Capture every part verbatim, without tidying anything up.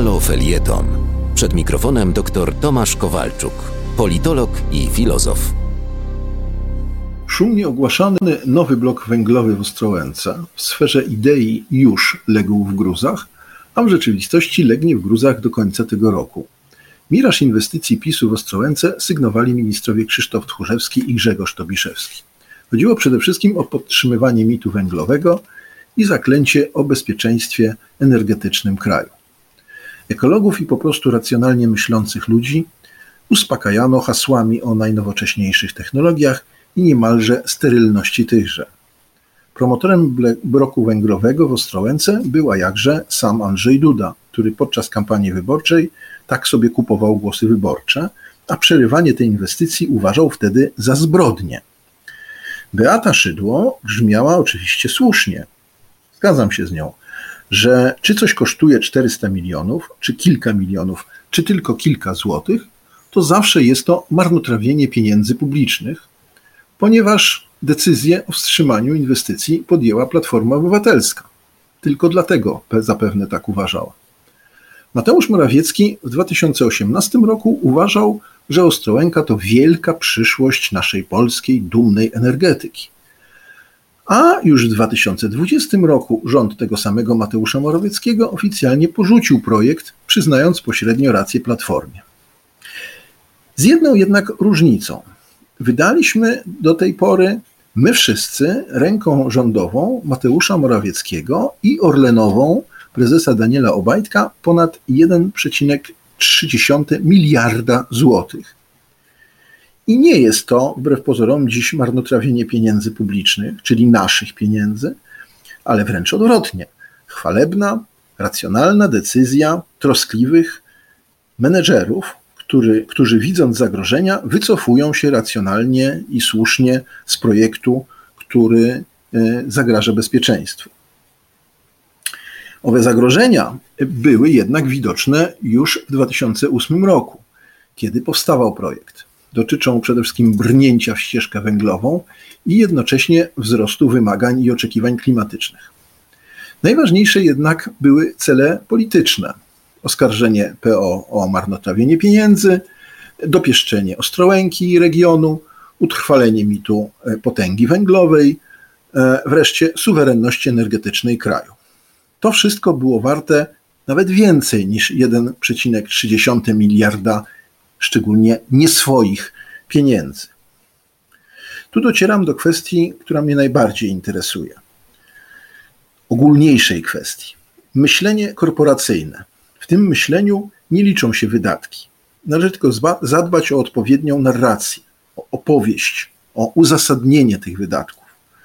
Halo Felieton. Przed mikrofonem dr Tomasz Kowalczuk, politolog i filozof. Szumnie ogłaszany nowy blok węglowy w Ostrołęce w sferze idei już legł w gruzach, a w rzeczywistości legnie w gruzach do końca tego roku. Miraż inwestycji PiSu w Ostrołęce sygnowali ministrowie Krzysztof Tchórzewski i Grzegorz Tobiszewski. Chodziło przede wszystkim o podtrzymywanie mitu węglowego i zaklęcie o bezpieczeństwie energetycznym kraju. Ekologów i po prostu racjonalnie myślących ludzi uspokajano hasłami o najnowocześniejszych technologiach i niemalże sterylności tychże. Promotorem bloku węglowego w Ostrołęce była jakże sam Andrzej Duda, który podczas kampanii wyborczej tak sobie kupował głosy wyborcze, a przerywanie tej inwestycji uważał wtedy za zbrodnię. Beata Szydło grzmiała oczywiście słusznie. Zgadzam się z nią, że czy coś kosztuje czterysta milionów, czy kilka milionów, czy tylko kilka złotych, to zawsze jest to marnotrawienie pieniędzy publicznych, ponieważ decyzję o wstrzymaniu inwestycji podjęła Platforma Obywatelska. Tylko dlatego zapewne tak uważała. Mateusz Morawiecki w dwa tysiące osiemnastym roku uważał, że Ostrołęka to wielka przyszłość naszej polskiej, dumnej energetyki. A już w dwa tysiące dwudziestym roku rząd tego samego Mateusza Morawieckiego oficjalnie porzucił projekt, przyznając pośrednio rację Platformie. Z jedną jednak różnicą. Wydaliśmy do tej pory, my wszyscy, ręką rządową Mateusza Morawieckiego i orlenową prezesa Daniela Obajtka ponad jeden przecinek trzy miliarda złotych. I nie jest to, wbrew pozorom, dziś marnotrawienie pieniędzy publicznych, czyli naszych pieniędzy, ale wręcz odwrotnie. Chwalebna, racjonalna decyzja troskliwych menedżerów, który, którzy widząc zagrożenia, wycofują się racjonalnie i słusznie z projektu, który zagraża bezpieczeństwu. Owe zagrożenia były jednak widoczne już w dwa tysiące ósmym roku, kiedy powstawał projekt. Dotyczą przede wszystkim brnięcia w ścieżkę węglową i jednocześnie wzrostu wymagań i oczekiwań klimatycznych. Najważniejsze jednak były cele polityczne. Oskarżenie P O o marnotrawienie pieniędzy, dopieszczenie Ostrołęki i regionu, utrwalenie mitu potęgi węglowej, wreszcie suwerenności energetycznej kraju. To wszystko było warte nawet więcej niż jeden przecinek trzy miliarda, szczególnie nie swoich pieniędzy. Tu docieram do kwestii, która mnie najbardziej interesuje. Ogólniejszej kwestii. Myślenie korporacyjne. W tym myśleniu nie liczą się wydatki. Należy tylko zadbać o odpowiednią narrację, o opowieść, o uzasadnienie tych wydatków.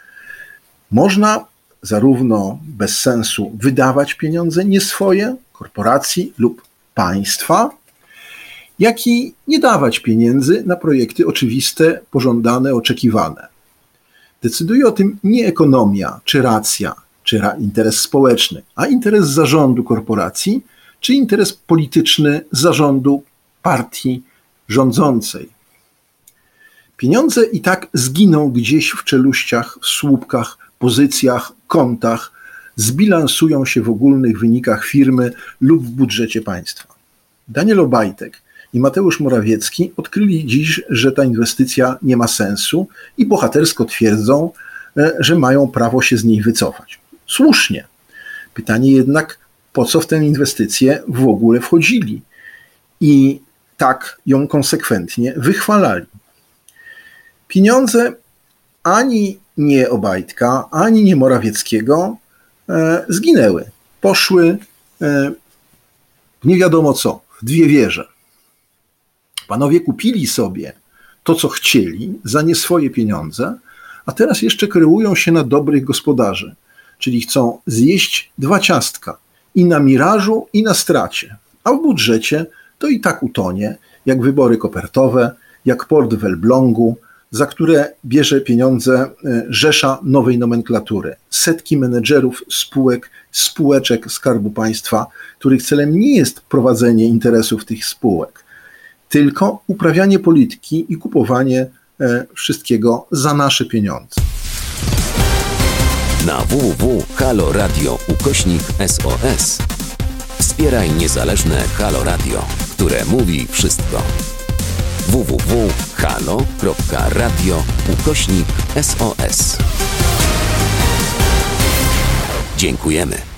Można zarówno bez sensu wydawać pieniądze nie swoje, korporacji lub państwa, jak i nie dawać pieniędzy na projekty oczywiste, pożądane, oczekiwane. Decyduje o tym nie ekonomia, czy racja, czy interes społeczny, a interes zarządu korporacji, czy interes polityczny zarządu partii rządzącej. Pieniądze i tak zginą gdzieś w czeluściach, w słupkach, pozycjach, kontach, zbilansują się w ogólnych wynikach firmy lub w budżecie państwa. Daniel Obajtek i Mateusz Morawiecki odkryli dziś, że ta inwestycja nie ma sensu i bohatersko twierdzą, że mają prawo się z niej wycofać. Słusznie. Pytanie jednak, po co w tę inwestycję w ogóle wchodzili i tak ją konsekwentnie wychwalali. Pieniądze ani nie Obajtka, ani nie Morawieckiego e, zginęły. Poszły e, w nie wiadomo co, w dwie wieże. Panowie kupili sobie to, co chcieli, za nie swoje pieniądze, a teraz jeszcze kreują się na dobrych gospodarzy, czyli chcą zjeść dwa ciastka, i na mirażu, i na stracie, a w budżecie to i tak utonie, jak wybory kopertowe, jak port w Elblągu, za które bierze pieniądze rzesza nowej nomenklatury. Setki menedżerów spółek, spółeczek Skarbu Państwa, których celem nie jest prowadzenie interesów tych spółek, tylko uprawianie polityki i kupowanie wszystkiego za nasze pieniądze. Na w w w kropka halo radio ukośnik S O S Wspieraj niezależne Halo Radio, które mówi wszystko. w w w kropka halo kropka radio ukośnik S O S. Dziękujemy.